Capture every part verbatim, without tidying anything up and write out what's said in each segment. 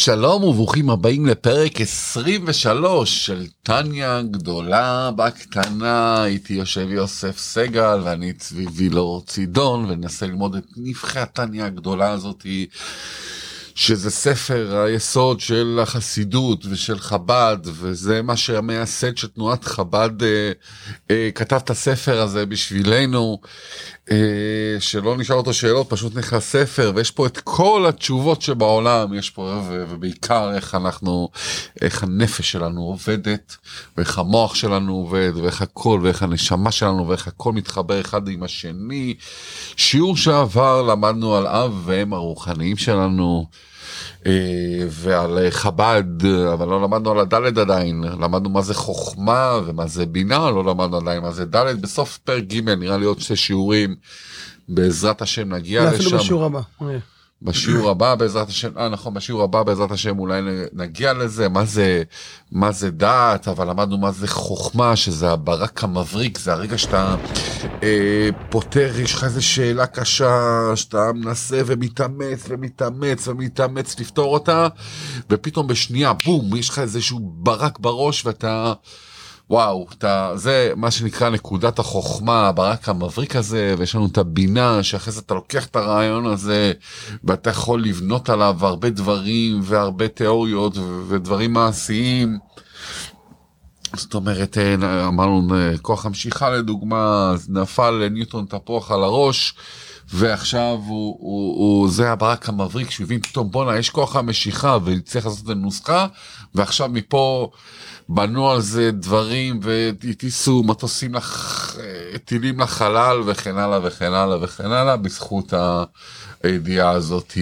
שלום וברוכים הבאים לפרק עשרים ושלוש של טניה גדולה בקטנה. איתי יושב יוסף סגל ואני צבי וילור צידון, וננסה ללמוד את נבחי הטניה הגדולה הזאת, שזה ספר היסוד של החסידות ושל חב"ד, וזה מה שהמייסד של תנועת חב"ד אה, אה, כתב את הספר הזה בשבילנו, אה, שלא נשאל אותו שאלות, פשוט נכנס ספר, ויש פה את כל התשובות שבעולם, יש פה, ו, ובעיקר איך אנחנו, איך הנפש שלנו עובדת, ואיך המוח שלנו עובד, ואיך הכל, ואיך הנשמה שלנו, ואיך הכל מתחבר אחד עם השני. שיעור שעבר למדנו על אב ואם הרוחניים שלנו, ועל חב"ד, אבל לא למדנו על הדלת עדיין. למדנו מה זה חוכמה ומה זה בינה, לא למדנו עדיין מה זה דלת. בסוף פרק ג' נראה לי עוד שתי שיעורים, בעזרת השם נגיע לשם. אפילו בשיעור הבא. בשיעור הבא בעזרת השם, אה נכון, בשיעור הבא בעזרת השם אולי נגיע לזה, מה זה, מה זה דעת, אבל למדנו מה זה חוכמה, שזה הברק המבריק, זה הרגע שאתה אה, פותר, יש לך איזו שאלה קשה, שאתה מנסה ומתאמץ ומתאמץ ומתאמץ לפתור אותה, ופתאום בשנייה, בום, יש לך איזשהו ברק בראש, ואתה... וואו, אתה, זה מה שנקרא נקודת החוכמה, הברק המבריק הזה, ויש לנו את הבינה, שאחרי זה אתה לוקח את הרעיון הזה, ואתה יכול לבנות עליו הרבה דברים, והרבה תיאוריות, ודברים מעשיים. זאת אומרת, אמרנו, כוח המשיכה לדוגמה, נפל לניוטון תפוח על הראש, ועכשיו הוא, הוא, הוא, זה הברק המבריק, שהוא הבין פתאום, בונה, יש כוח המשיכה, וצריך לעשות את הנוסחה, ועכשיו מפה, בנו על זה דברים והטיסו מטוסים לח... טילים לחלל וכן הלאה וכן הלאה וכן הלאה בזכות הידיעה הזאת.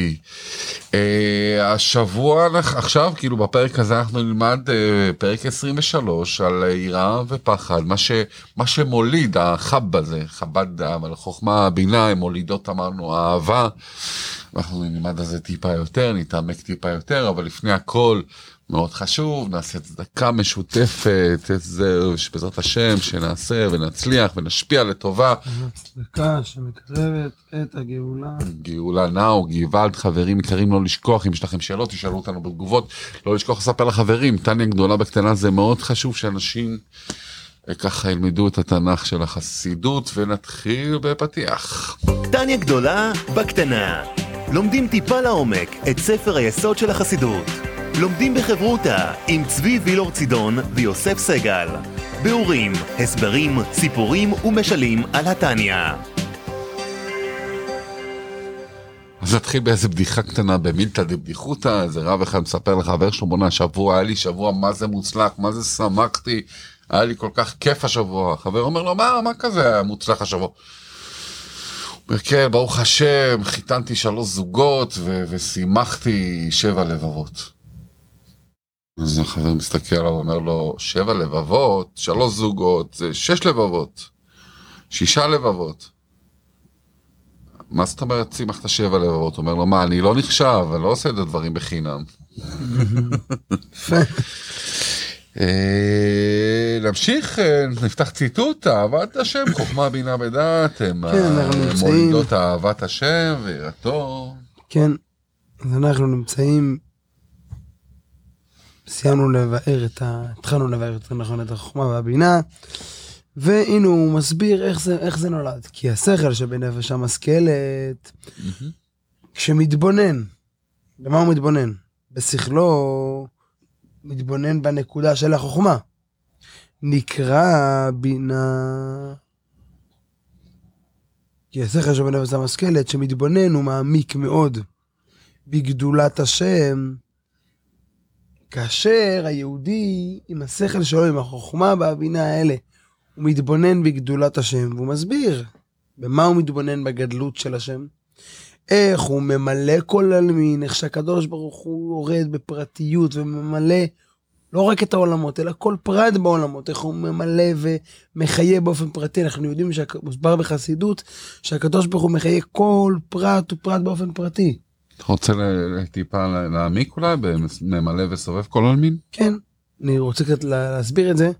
השבוע עכשיו כאילו בפרק הזה אנחנו נלמד פרק עשרים ושלוש על יראה ופחד, מה ש... מה שמוליד החב הזה, חב"ד, אבל חוכמה בינה הם מולידות, אמרנו, האהבה. אנחנו נלמד על זה טיפה יותר, נתעמק טיפה יותר, אבל לפני הכל מאוד חשוב, נעשה צדקה משותפת, את זה שבעזרת השם, שנעשה ונצליח ונשפיע לטובה. צדקה שמקרבת את הגאולה. גאולה נאו, גוואלד, חברים יקרים, לא לשכוח, אם יש לכם שאלות, תשאלו אותנו בתגובות, לא לשכוח לספר לחברים, טניה גדולה בקטנה, זה מאוד חשוב שאנשים ככה ילמדו את התנ"ך של החסידות, ונתחיל בפתיח. טניה גדולה בקטנה. לומדים טיפה לעומק את ספר היסוד של החסידות. לומדים בחברותה עם צבי וילור צידון ויוסף סגל. ביאורים, הסברים, סיפורים ומשלים על הטניה. אז נתחיל באיזה בדיחה קטנה במילתא דבדיחותא. איזה רב אחד מספר לחבר שלו, בונה, שבוע היה לי שבוע מה זה מוצלח, מה זה שמחתי, היה לי כל כך כיף השבוע. החבר אומר לו, מה, מה כזה היה מוצלח השבוע? הוא אומר, כן, ברוך השם, חיתנתי שלוש זוגות ו- ושימחתי שבע לבבות. אז החבר מסתכל עליו ואומר לו, שבע לבבות, שלוש זוגות, זה שש לבבות, שישה לבבות. מה זאת אומרת, שימחת שבע לבבות? הוא אומר לו, מה, אני לא נחשב, אני לא עושה את הדברים בחינם. נמשיך, נפתח ציטוט, אהבת השם, חוכמה בינה בדעת, הם מולידות אהבת השם ויראתו. כן, אז אנחנו נמצאים, סיימנו לבאר את ה... התחלנו לבאר את נכון את החוכמה והבינה, והנה הוא מסביר איך זה, איך זה נולד. כי השכל שבנפש המשכלת, mm-hmm. כשמתבונן, במה הוא מתבונן? בשכלו מתבונן בנקודה של החוכמה. נקרא בינה. כי השכל שבנפש המשכלת, שמתבונן הוא מעמיק מאוד בגדולת השם, כאשר היהודי עם השכל שלו, עם החוכמה והבינה האלה, הוא מתבונן בגדולת השם, והוא מסביר במה הוא מתבונן בגדלות של השם, איך הוא ממלא כל עלמין, איך שהקדוש ברוך הוא יורד בפרטיות וממלא לא רק את העולמות, אלא כל פרט בעולמות, איך הוא ממלא ומחיה באופן פרטי. אנחנו יודעים שמוסבר בחסידות שהקדוש ברוך הוא מחיה כל פרט ופרט באופן פרטי. אתה רוצה טיפה להעמיק אולי בממלא וסובב כל עלמין? כן, אני רוצה קצת להסביר את זה.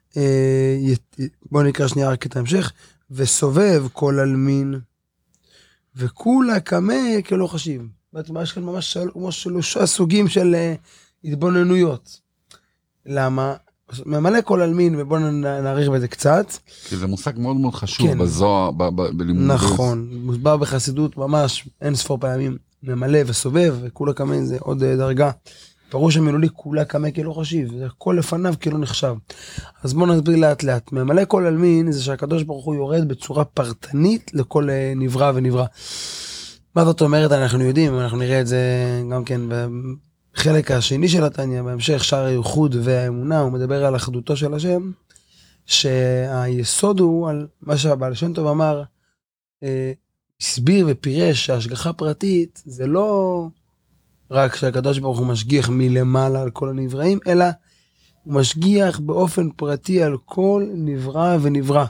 בואו נקרא שנייה רק את ההמשך. וסובב כל עלמין וכולה כמה כלא חשיב. יש כאן ממש שלושה סוגים של התבוננויות. למה? ממלא כל אלמין, ובואו נעריך בזה קצת. כי זה מושג מאוד מאוד חשוב כן. בזוהר, בלימוד. נכון, מוסבר בחסידות ממש אין ספור פעמים, ממלא וסובב, וכולה כמה זה עוד דרגה. פירוש המילולי כולה כמה כלא חשיב, זה הכל לפניו כלא נחשב. אז בואו נסביר לאט לאט. ממלא כל אלמין זה שהקדוש ברוך הוא יורד בצורה פרטנית לכל נברא ונברא. מה זאת אומרת? אנחנו יודעים, אנחנו נראה את זה גם כן בחלק השני של התניא, בהמשך שער הייחוד והאמונה, הוא מדבר על אחדותו של השם, שהיסוד הוא על מה שהבעל שם טוב אמר, אה, הסביר ופירש שההשגחה פרטית זה לא רק שהקדוש ברוך הוא משגיח מלמעלה על כל הנבראים, אלא הוא משגיח באופן פרטי על כל נברא ונברא.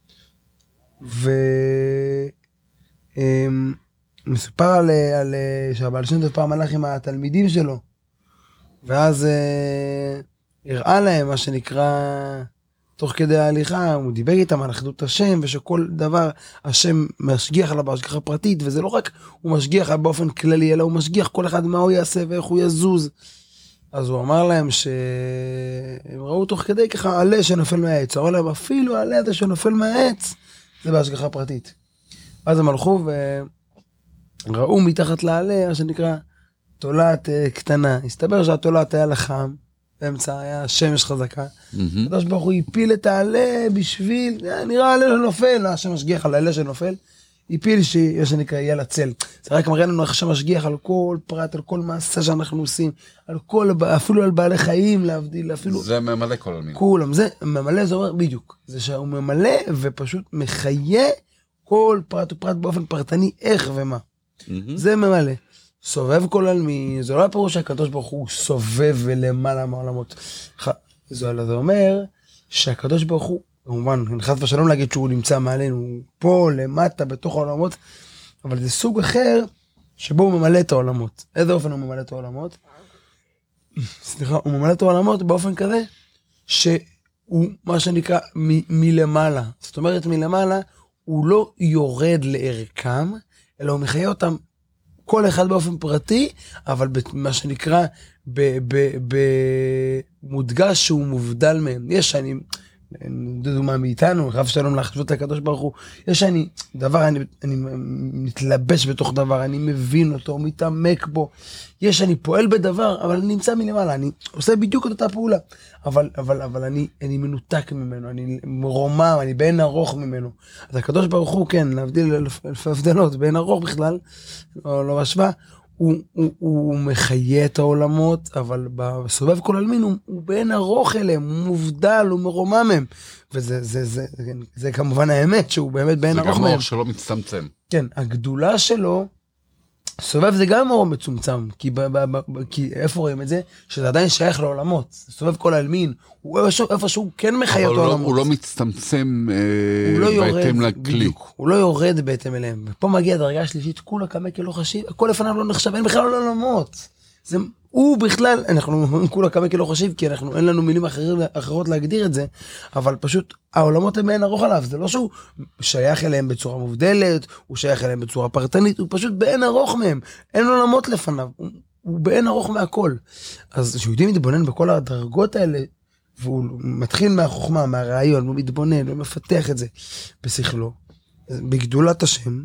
ומסופר על, על שהבעל שם טוב פעם הלך עם התלמידים שלו, ואז אה, הראה להם מה שנקרא, תוך כדי ההליכה, הוא דיבר איתם על אחדות השם, ושכל דבר השם משגיח עליו בהשגחה פרטית, וזה לא רק הוא משגיח עליו באופן כללי, אלא הוא משגיח כל אחד מה הוא יעשה ואיך הוא יזוז. אז הוא אמר להם שהם ראו תוך כדי ככה עלה שנופל מהעץ, הוא אמר להם אפילו העלה הזה שנופל מהעץ, זה בהשגחה פרטית. אז הם הלכו וראו מתחת לעלה, מה שנקרא, תולעת קטנה. הסתבר שהתולעת היה לחם, באמצע היה שמש חזקה. הקדוש ברוך הוא הפיל את העלה בשביל, נראה עלה שנופל, השם משגיח על העלה שנופל, הפיל שיש שנקרא יהיה לצל. זה רק מראה לנו איך השם משגיח על כל פרט, על כל מעשה שאנחנו עושים, על כל, אפילו על בעלי חיים להבדיל, אפילו... זה ממלא כל אלמין. כולם, זה ממלא, זה אומר בדיוק. זה שהוא ממלא ופשוט מחיה כל פרט ופרט באופן פרטני, איך ומה. זה ממלא. סובב כל אלמין, זה לא הפירוש שהקדוש ברוך הוא סובב ולמעלה מהעולמות. זה אומר שהקדוש ברוך הוא, כמובן, חס ושלום להגיד שהוא נמצא מעלינו, הוא פה למטה בתוך העולמות, אבל זה סוג אחר שבו הוא ממלא את העולמות. איזה אופן הוא ממלא את העולמות? סליחה, הוא ממלא את העולמות באופן כזה, שהוא מה שנקרא מ- מלמעלה. זאת אומרת מלמעלה, הוא לא יורד לערכם, אלא הוא מחיה אותם כל אחד באופן פרטי, אבל מה שנקרא, במודגש שהוא מובדל מהם. יש שאני, דוגמה מאיתנו, רב שלום לחשבות הקדוש ברוך הוא, יש שאני, דבר, אני, אני מתלבש בתוך דבר, אני מבין אותו, מתעמק בו, יש שאני פועל בדבר, אבל אני נמצא מלמעלה, אני עושה בדיוק את אותה פעולה, אבל, אבל, אבל אני, אני מנותק ממנו, אני מרומם, אני בין ארוך ממנו. אז הקדוש ברוך הוא, כן, להבדיל אלף הבדלות, בין ארוך בכלל, לא, לא משווה, הוא, הוא, הוא מחיה את העולמות, אבל בסובב כל אלמין הוא, הוא בין ארוך אליהם, הוא מובדל, הוא מרומם מהם. וזה זה, זה, זה, זה, זה כמובן האמת שהוא באמת בין ארוך מהם. זה גם אור שלא מצטמצם. כן, הגדולה שלו, סובב זה גם אור מצומצם, כי, ב, ב, ב, כי איפה רואים את זה? שזה עדיין שייך לעולמות. סובב כל אלמין, הוא איפה, איפה שהוא כן מחיה את העולמות. אבל הוא לא מצטמצם הוא לא יורד, בהתאם לכלי. בדיוק, הוא לא יורד בהתאם אליהם. ופה מגיע הדרגה השלישית, כולה כמה כלא חשיב, הכל לפניו לא נחשב, אין בכלל עולמות. זה, הוא בכלל, אנחנו אומרים כולה כמה כלא חשיב, כי אנחנו, אין לנו מילים אחרים, אחרות להגדיר את זה, אבל פשוט העולמות הם אין ארוך עליו, זה לא שהוא שייך אליהם בצורה מובדלת, הוא שייך אליהם בצורה פרטנית, הוא פשוט באין ארוך מהם, אין עולמות לפניו, הוא, הוא באין ארוך מהכל. אז שיהודי מתבונן בכל הדרגות האלה, והוא מתחיל מהחוכמה, מהרעיון, הוא מתבונן, הוא מפתח את זה בשכלו, בגדולת השם,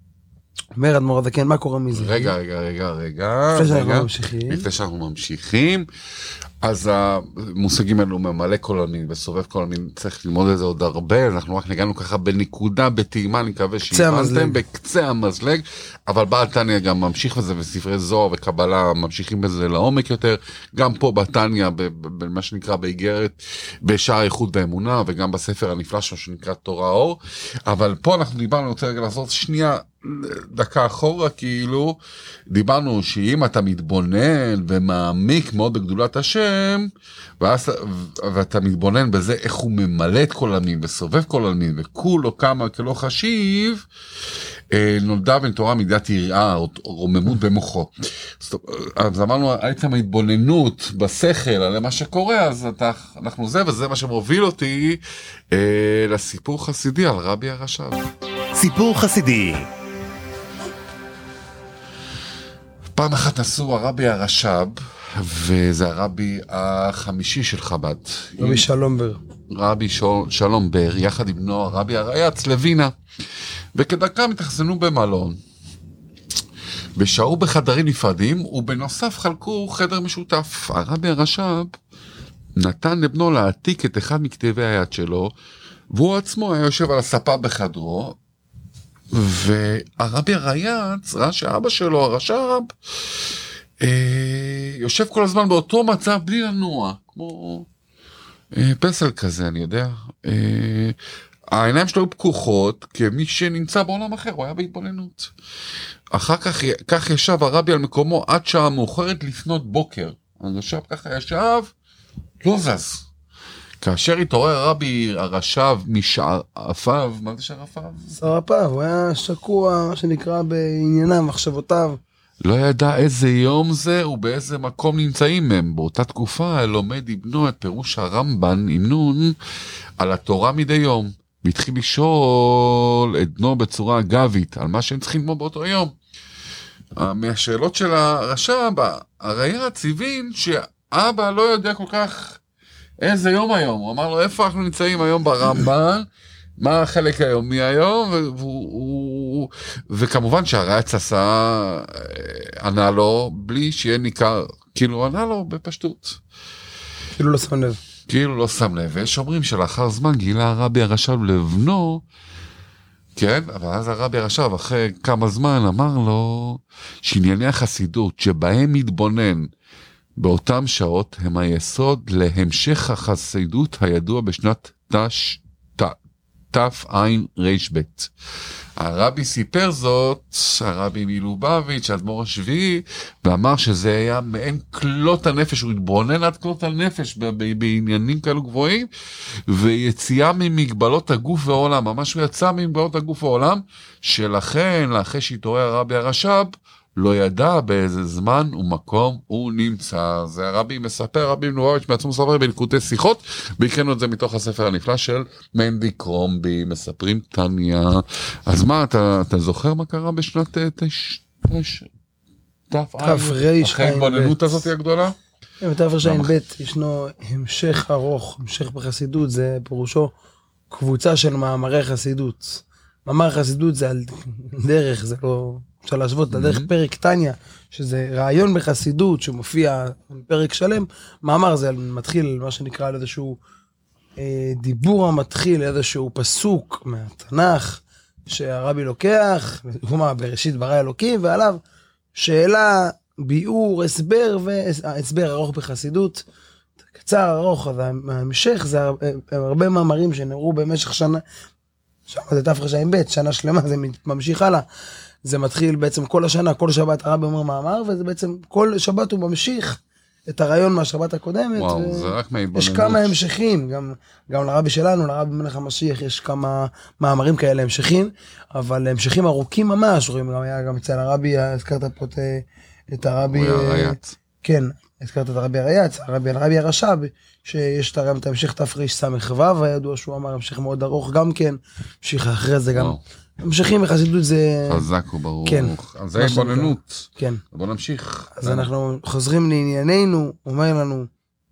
אומר אדמו"ר הזקן, מה קורה מזה? רגע, רגע, רגע, רגע. לפני שאנחנו ממשיכים. לפני שאנחנו ממשיכים. אז המושגים האלו ממלא כל אלמין וסובב כל אלמין, צריך ללמוד את זה עוד הרבה, אנחנו רק נגענו ככה בנקודה, בטעימה, אני מקווה שהבנתם, בקצה המזלג, אבל בעל תניא גם ממשיך בזה בספרי זוהר וקבלה, ממשיכים בזה לעומק יותר, גם פה בתניא, במה שנקרא באיגרת, בשער הייחוד והאמונה, וגם בספר הנפלא שלו שנקרא תורה אור, אבל פה אנחנו דיברנו, אני רוצה רגע לעשות שנייה, דקה אחורה, כאילו, דיברנו שאם אתה מתבונן ומעמיק מאוד בגדולת השם, ואז, ואתה מתבונן בזה איך הוא ממלא את כל אלמין וסובב כל אלמין וכולו כמה כלא חשיב, נולדה בן תורה מידת יראה או רוממות במוחו. אז אמרנו, הייתם ההתבוננות בשכל על מה שקורה, אז אתה, אנחנו זה וזה מה שמוביל אותי אה, לסיפור חסידי על רבי הרש"ב. סיפור חסידי. פעם אחת נסעו הרבי הרש"ב, וזה הרבי החמישי של חב"ד. רבי שלום בר. רבי שלום בר, יחד עם בנו הרבי הריי"צ לוינה. וכדרכם התאכסנו במלון. ושהו בחדרים נפרדים, ובנוסף חלקו חדר משותף. הרבי הרש"ב נתן לבנו להעתיק את אחד מכתבי היד שלו, והוא עצמו היה יושב על הספה בחדרו, והרבי הריי"צ ראה שאבא שלו, הרש"ב, אה, יושב כל הזמן באותו מצב בלי לנוע, כמו אה, פסל כזה, אני יודע. אה, העיניים שלו היו פקוחות, כמי שנמצא בעולם אחר, הוא היה בהתבוננות. אחר כך, כך ישב הרבי על מקומו עד שעה מאוחרת לפנות בוקר. הרש"ב ככה ישב, לא זז. כאשר התעורר הרבי הרש"ב משערפיו, מה זה שערפיו? שערפיו, הוא היה שקוע, מה שנקרא, בענייניו, מחשבותיו. לא ידע איזה יום זה ובאיזה מקום נמצאים הם. באותה תקופה לומד יבנו את פירוש הרמב"ן עם נון על התורה מדי יום. והתחיל לשאול את בנו בצורה אגבית על מה שהם צריכים ללמוד באותו יום. מהשאלות של הרש"ב, הריי"צ הבין שאבא לא יודע כל כך איזה יום היום. הוא אמר לו, איפה אנחנו נמצאים היום ברמב"ן? מה החלק היומי היום? ו- ו- ו- וכמובן שהריי"צ עשה, ענה לו בלי שיהיה ניכר, כאילו ענה לו בפשטות. כאילו לא שם לב. כאילו לא שם לב. ויש אומרים שלאחר זמן גילה הרבי הרש"ב לבנו, כן, אבל אז הרבי הרש"ב אחרי כמה זמן אמר לו שענייני החסידות שבהם מתבונן באותם שעות הם היסוד להמשך החסידות הידוע בשנת תש תע"ר. הרבי סיפר זאת, הרבי מלובביץ' האדמו"ר השביעי, ואמר שזה היה מעין כלות הנפש, הוא התבונן עד כלות הנפש בעניינים כאלו גבוהים, ויציאה ממגבלות הגוף והעולם, ממש הוא יצא ממגבלות הגוף והעולם, שלכן, לאחרי שהתעורר הרבי הרש"ב, לא ידע באיזה זמן ומקום הוא נמצא. זה הרבי מספר, הרבי מלובביץ' מעצמו מספר בליקוטי שיחות, והקראנו את זה מתוך הספר הנפלא של מנדי קרומבי, מספרים תניא. אז מה, אתה, אתה זוכר מה קרה בשנת תע"ר? אחרי ההתבוננות הזאת הגדולה? בתרע"ב ישנו המשך ארוך, המשך בחסידות, זה פירושו קבוצה של מאמרי חסידות. מאמר חסידות זה על דרך, זה לא... אפשר להשוות לדרך פרק תניא, שזה רעיון בחסידות שמופיע בפרק שלם. מאמר זה מתחיל מה שנקרא על איזשהו אה, דיבור המתחיל, איזשהו פסוק מהתנ"ך שהרבי לוקח, כלומר בראשית ברא אלוקים, ועליו שאלה, ביאור, הסבר, והסבר ארוך בחסידות, קצר ארוך, אז ההמשך זה הרבה מאמרים שנראו במשך שנה, שם זה תרע"ב, שנה שלמה, זה ממשיך הלאה. זה מתחיל בעצם כל השנה, כל שבת הרבי אומר מאמר, וזה בעצם כל שבת הוא ממשיך את הרעיון מהשבת הקודמת. וואו, ו... זה רק מהתבוננות. יש כמה המשכים, גם, גם לרבי שלנו, לרבי מלך המשיח, יש כמה מאמרים כאלה המשכים, אבל המשכים ארוכים ממש, רואים, גם היה גם אצל הרבי, הזכרת פה את, את הרבי... הריי"צ. כן, הזכרת את הרבי הריי"צ, הרבי הרבי הרש"ב, שיש גם את המשך תרס"ו, הידוע שהוא אמר, המשך מאוד ארוך גם כן, המשיך אחרי זה גם. וואו. המשכים וחסידות זה... חזק וברוך. כן. אז זה התבוננות. כן. בוא נמשיך. אז אנחנו חוזרים לענייננו, אומר לנו,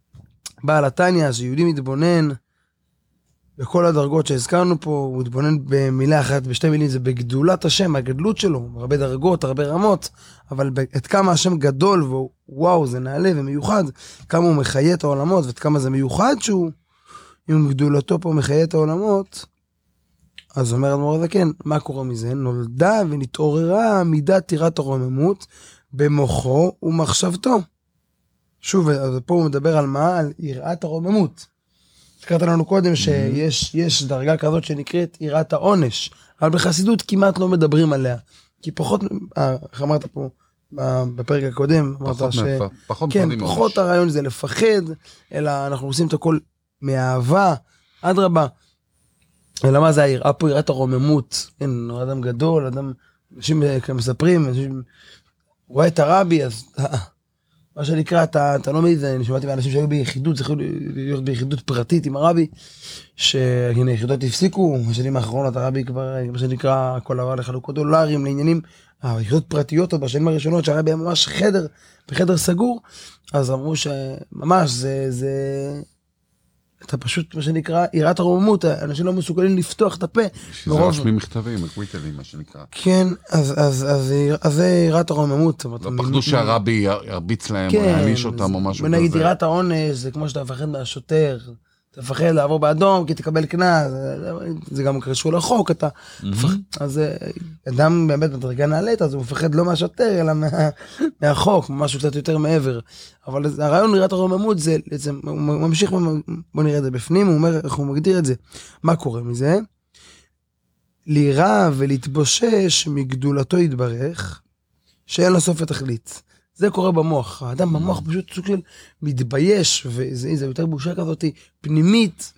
בעל התניא, שיהודי מתבונן, בכל הדרגות שהזכרנו פה, הוא מתבונן במילה אחת, בשתי מילים, זה בגדולת השם, הגדלות שלו, הרבה דרגות, הרבה רמות, אבל את כמה השם גדול, ווואו, זה נעלה ומיוחד, כמה הוא מחיה את העולמות, ואת כמה זה מיוחד שהוא, עם גדולתו פה מחיה את העולמות, אז אומר אדמו"ר הזקן, מה קורה מזה? נולדה ונתעוררה מידת יראת הרוממות במוחו ומחשבתו. שוב, פה הוא מדבר על מה? על יראת הרוממות. הזכרת לנו קודם שיש יש דרגה כזאת שנקראת יראת העונש, אבל בחסידות כמעט לא מדברים עליה. כי פחות, איך אמרת פה בפרק הקודם, פחות, ש... מפ... פחות, כן, פחות הרעיון זה לפחד, אלא אנחנו עושים את הכל מאהבה, עד רבה. אלא מה זה היראה פה, יראת הרוממות, כן, הוא אדם גדול, אדם, אנשים מספרים, אנשים, רואה את הרבי, אז מה שנקרא, אתה, אתה לא מעיד, אני שמעתי מאנשים שהיו ביחידות, צריכים להיות ביחידות פרטית עם הרבי, שהנה, יחידות הפסיקו, בשנים האחרונות הרבי כבר, מה שנקרא, כל העבר לחלוקות דולרים, לעניינים היחידות פרטיות עוד בשנים הראשונות, שהרבי היה ממש חדר, בחדר סגור, אז אמרו שממש זה, זה, אתה פשוט, מה שנקרא, יראת הרוממות, אנשים לא מסוגלים לפתוח את הפה. שזה רושמים מכתבים, מקוויטלים, מה שנקרא. כן, אז, אז, אז, אז זה יראת הרוממות. לא פחדו שהרבי ירביץ להם, או יעניש אותם, או משהו כזה. ונגיד, יראת העונש, זה כמו שאתה מפחד מהשוטר, אתה מפחד לעבור באדום, כי תקבל קנס, זה גם קשור לחוק, אתה מפחד, אז אדם באמת מדרגה נעלית, אז הוא מפחד לא מהשוטר, אלא מהחוק, משהו קצת יותר מעבר. אבל הרעיון יראת הרוממות, זה, הוא ממשיך, בוא נראה את זה בפנים, הוא אומר, איך הוא מגדיר את זה, מה קורה מזה? לירא ולהתבושש מגדולתו יתברך, שאין לו סוף התכלית. זה קורה במוח, האדם במוח פשוט סוג של מתבייש, וזה יותר בושה כזאת פנימית,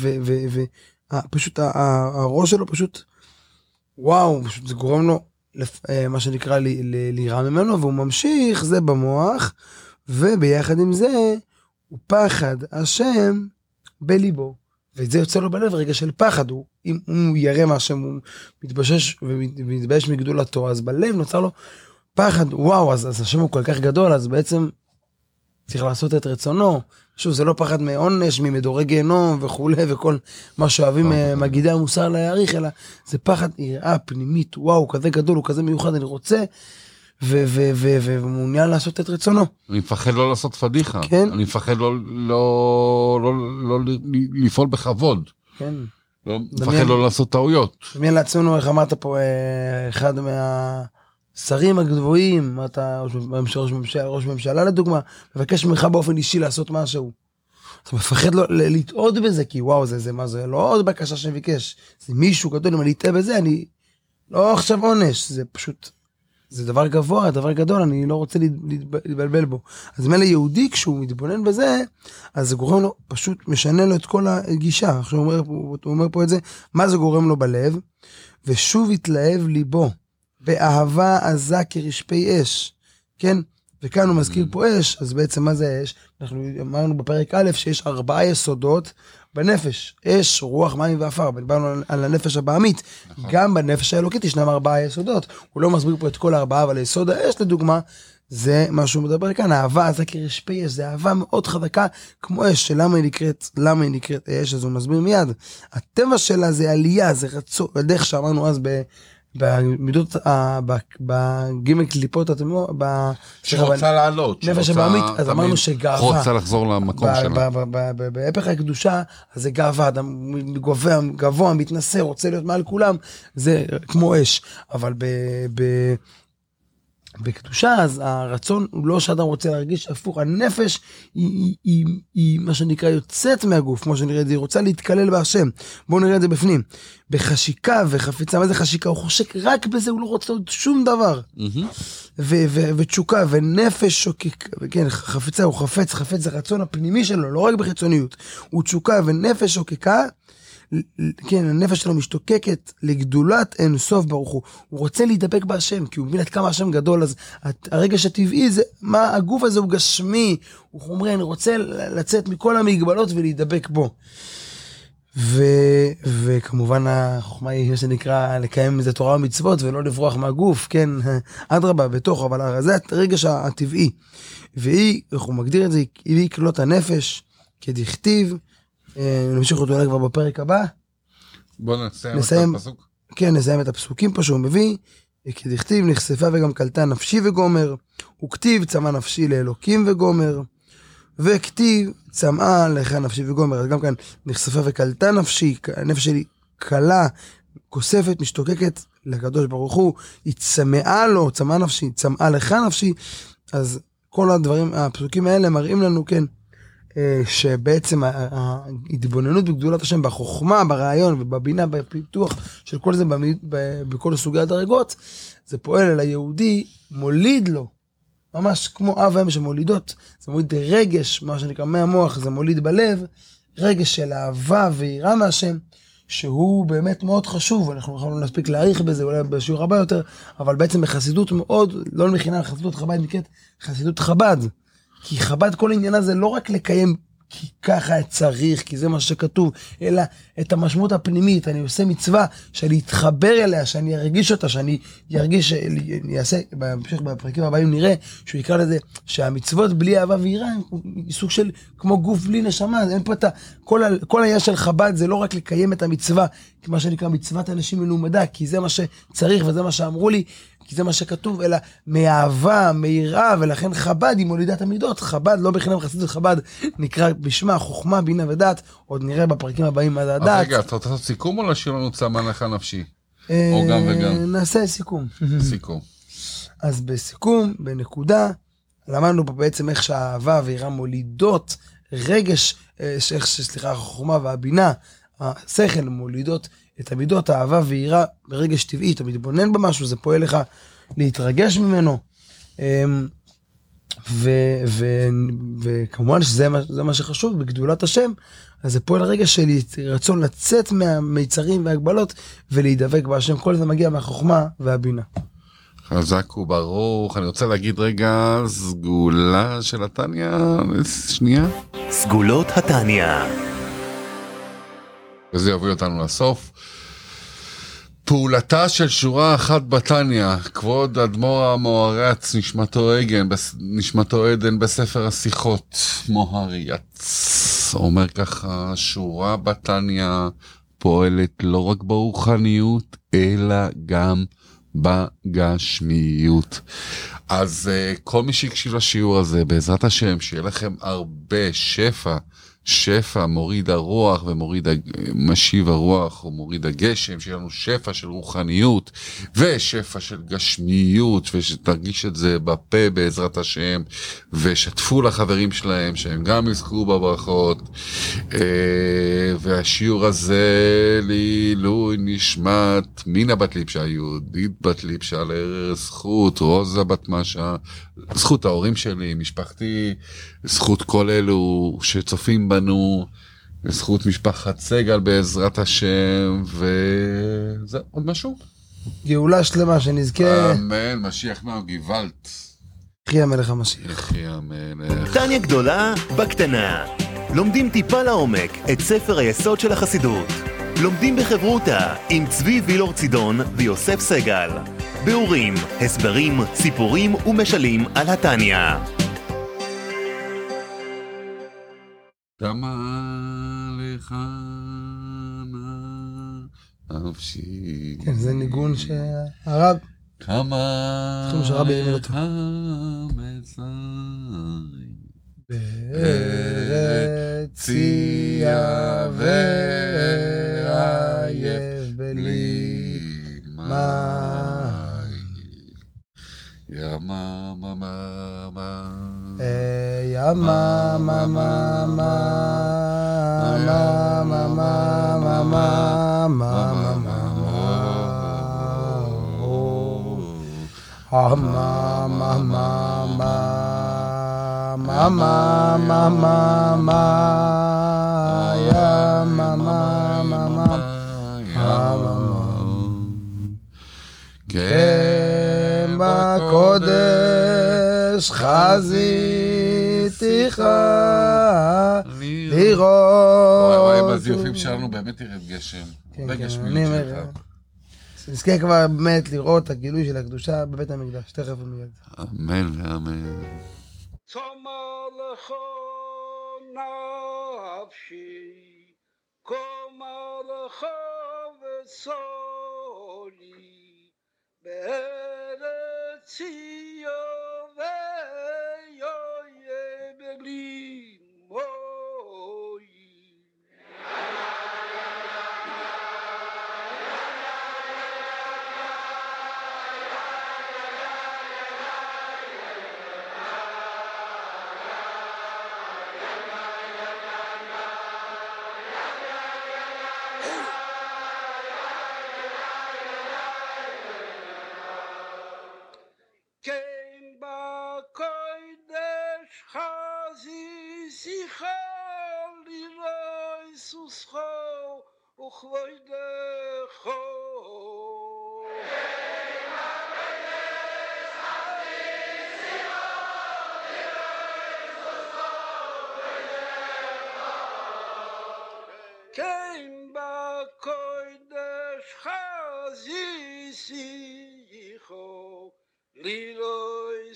ופשוט הראש שלו פשוט, וואו, פשוט זה גורם לו, מה שנקרא, ליראה ממנו, והוא ממשיך, זה במוח, וביחד עם זה, הוא פחד השם בליבו, וזה יוצא לו בלב רגע של פחד, הוא, אם הוא יראה מה השם, הוא מתבשש ומתבייש מגדולתו, אז בלב נוצר לו, פחד, וואו, אז, אז השם הוא כל כך גדול, אז בעצם צריך לעשות את רצונו. שוב, זה לא פחד מעונש, ממדורי גיהנום וכו' וכל מה שאוהבים מגידי המוסר להעריך, אלא זה פחד יראה פנימית, וואו, הוא כזה גדול, הוא כזה מיוחד, אני רוצה, ומעוניין לעשות את רצונו. אני מפחד לא לעשות פדיחה. כן. אני מפחד לא, לא, לא, לא לפעול בכבוד. כן. לא, מפחד לא לעשות טעויות. דמיין לעצמנו, איך אמרת פה, אחד מה... שרים הגבוהים, אתה ראש ממשלה, ראש ממשלה לדוגמה, מבקש ממך באופן אישי לעשות משהו. אתה מפחד לו להתעוד בזה, כי וואו, זה, זה מה זה, לא עוד בקשה שביקש, זה מישהו גדול, אם אני אתאה בזה, אני לא עכשיו עונש, זה פשוט, זה דבר גבוה, דבר גדול, אני לא רוצה להתבלבל בו. אז מלא יהודי, כשהוא מתבונן בזה, אז זה גורם לו, פשוט משנה לו את כל הגישה. עכשיו הוא אומר, הוא אומר פה את זה, מה זה גורם לו בלב? ושוב יתלהב ליבו. באהבה עזה כרשפי אש, כן? וכאן הוא מזכיר פה אש, אז בעצם מה זה אש? אנחנו אמרנו בפרק א' שיש ארבעה יסודות בנפש, אש, רוח, מים ואפר, דיברנו על, על הנפש הבעמית, נכון. גם בנפש האלוקית ישנם ארבעה יסודות, הוא לא מסביר פה את כל הארבעה, אבל יסוד האש לדוגמה, זה מה שהוא מדבר כאן, האהבה עזה כרשפי אש, זה אהבה מאוד חזקה כמו אש, שלמה היא נקראת, למה היא נקראת אש, אז הוא מסביר מיד, הטבע שלה זה עלייה, זה רצון, בדרך שאמרנו אז ב... במידות, בגימל קליפות, שרוצה לעלות, נפש הבעמית, אז אמרנו שגאווה, רוצה לחזור למקום שלה. בהפך הקדושה, אז זה גאווה, אדם גבוה, מתנשא, רוצה להיות מעל כולם, זה כמו אש, אבל בקדושה, אז הרצון הוא לא שאדם רוצה להרגיש הפוך, הנפש היא מה שנקרא יוצאת מהגוף, כמו שנראה את זה, היא רוצה להתקלל בהשם, בואו נראה את זה בפנים, בחשיקה וחפיצה, מה זה חשיקה? הוא חושק רק בזה, הוא לא רוצה עוד שום דבר, ותשוקה ונפש שוקק, כן, חפיצה, הוא חפץ, חפץ זה רצון הפנימי שלו, לא רק בחיצוניות, הוא תשוקה ונפש שוקקה, כן, הנפש שלו משתוקקת לגדולת אין סוף ברוך הוא, הוא רוצה להידבק בהשם, כי הוא מבין עד כמה השם גדול, אז הרגש הטבעי זה, מה הגוף הזה הוא גשמי, הוא אומר, אני רוצה לצאת מכל המגבלות ולהידבק בו, ו, וכמובן החוכמה היא מה שנקרא לקיים איזה תורה ומצוות ולא לברוח מהגוף, כן, אדרבה בתוך, אבל זה הרגש הטבעי, והיא, איך הוא מגדיר את זה, היא כלות הנפש כדכתיב, נמשיך אותו אולי כבר בפרק הבא. בוא נסיים, נסיים את הפסוק. כן, נסיים את הפסוקים פה שהוא מביא. כדכתיב נחשפה וגם קלטה נפשי וגומר, וכתיב צמא נפשי לאלוקים וגומר, וכתיב צמאה לך נפשי וגומר. אז גם כאן נחשפה וקלטה נפשי, הנפש שלי קלה, כוספת, משתוקקת לקדוש ברוך הוא, היא צמאה לו, צמאה נפשי, צמאה לך נפשי. אז כל הדברים, הפסוקים האלה מראים לנו, כן, שבעצם ההתבוננות בגדולת השם, בחוכמה, ברעיון ובבינה, בפיתוח של כל זה, בכל סוגי הדרגות, זה פועל על היהודי, מוליד לו, ממש כמו אב ואם שמולידות, זה מוליד רגש, מה שנקרא מהמוח, זה מוליד בלב, רגש של אהבה ויראה מהשם, שהוא באמת מאוד חשוב, אנחנו יכולים להספיק להעריך בזה, אולי בשיעור הבא יותר, אבל בעצם בחסידות מאוד, לא למכינה, חסידות חב"ד נקראת חסידות חב"ד, כי חב"ד כל עניינה זה לא רק לקיים כי ככה צריך, כי זה מה שכתוב, אלא את המשמעות הפנימית. אני עושה מצווה שאני אתחבר אליה, שאני ארגיש אותה, שאני ארגיש, אני אעשה, בהמשך בפרקים הבאים נראה, שהוא יקרא לזה, שהמצוות בלי אהבה ויראה, היא סוג של כמו גוף בלי נשמה, אין פה את ה... כל, ה, כל העניין של חב"ד זה לא רק לקיים את המצווה, מה שנקרא מצוות אנשים מלומדה, כי זה מה שצריך וזה מה שאמרו לי, כי זה מה שכתוב, אלא מאהבה, מיראה, ולכן חב"ד היא מולידה את המידות. חב"ד, לא בחינם חסידות חב"ד, נקרא בשמה חוכמה, בינה ודעת, עוד נראה בפרקים הבאים מה זה הדעת. אז רגע, אתה רוצה לעשות סיכום או להשאיר לנו צמא לך נפשי? או גם וגם? נעשה סיכום. סיכום. אז בסיכום, בנקודה, למדנו פה בעצם איך שהאהבה ויראה מולידות רגש, איך שסליחה, החוכמה והבינה, השכל מולידות את המידות, האהבה ויראה ברגש טבעי, אתה מתבונן במשהו, זה פועל לך להתרגש ממנו, ו, ו, וכמובן שזה מה, זה מה שחשוב בגדולת השם, אז זה פועל רגע של רצון לצאת מהמיצרים וההגבלות ולהידבק בהשם, כל זה מגיע מהחוכמה והבינה. חזק וברוך. אני רוצה להגיד רגע סגולה של התניה, שנייה. סגולות התניה. וזה יוביל אותנו לסוף. פעולתה של שורה אחת בתניה, כבוד אדמו"ר המוהר"ץ נשמתו עדן, נשמתו עדן בספר השיחות מוהר"ץ, אומר ככה, שורה בתניה פועלת לא רק ברוחניות, אלא גם בגשמיות. אז uh, כל מי שיקשיב לשיעור הזה, בעזרת השם, שיהיה לכם הרבה שפע, שפע מוריד הרוח ומוריד משיב הרוח או מוריד הגשם, שיהיה לנו שפע של רוחניות ושפע של גשמיות, ושתרגיש את זה בפה בעזרת השם, ושתפו לחברים שלהם שהם גם יזכו בברכות. והשיעור הזה לעילוי נשמת מינה בת ליפשה, יהודית בת ליפשה לזכות, רוזה בת משה, זכות ההורים שלי, משפחתי, זכות כל אלו שצופים בנו, זכות משפחת סגל בעזרת השם, וזה עוד משהו? גאולה שלמה שנזכה. אמן, משיח נאו גוואלד. יחי המלך המשיח. יחי המלך. תניה גדולה בקטנה. לומדים טיפה לעומק את ספר היסוד של החסידות. לומדים בחברותה עם צבי וילור צידון ויוסף סגל. ביאורים, הסברים, סיפורים ומשלים על התניה. כמה לך נפשי. כן, זה ניגון שהרב... כמה לך מצרים. ברצייה ועייב בלי מים. ימה מה מה מה ימה מה מה מה מה מה מה מה מה מה מה מה מה מה מה מה מה יא מה מה מה מה כן בקודש חזיתיך לראות. וואי וואי, בזיופים שלנו באמת ירד גשם. בגשמיות שלך. נזכה כבר באמת לראות את הגילוי של הקדושה בבית המקדש, תכף ומיד. אמן ואמן. צמא לך נפשי, קומא לך וסולי, בארץ ציון ויהיה בבלי מוי. וכבודך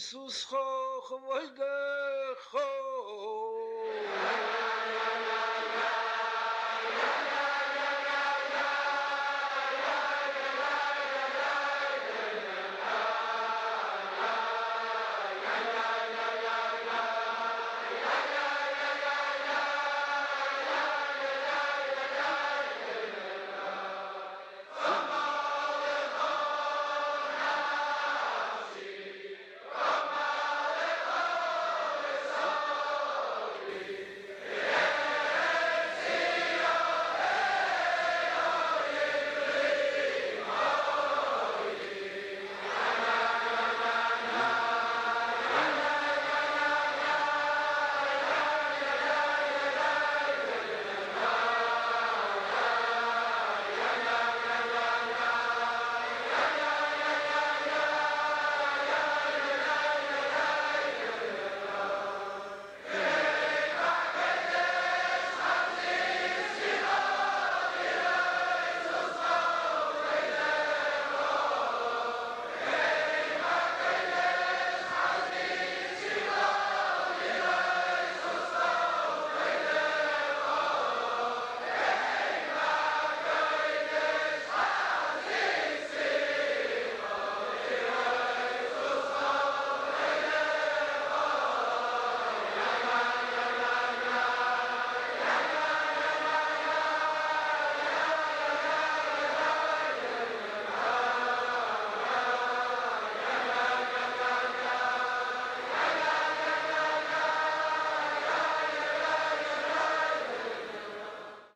סוס חוך ווידה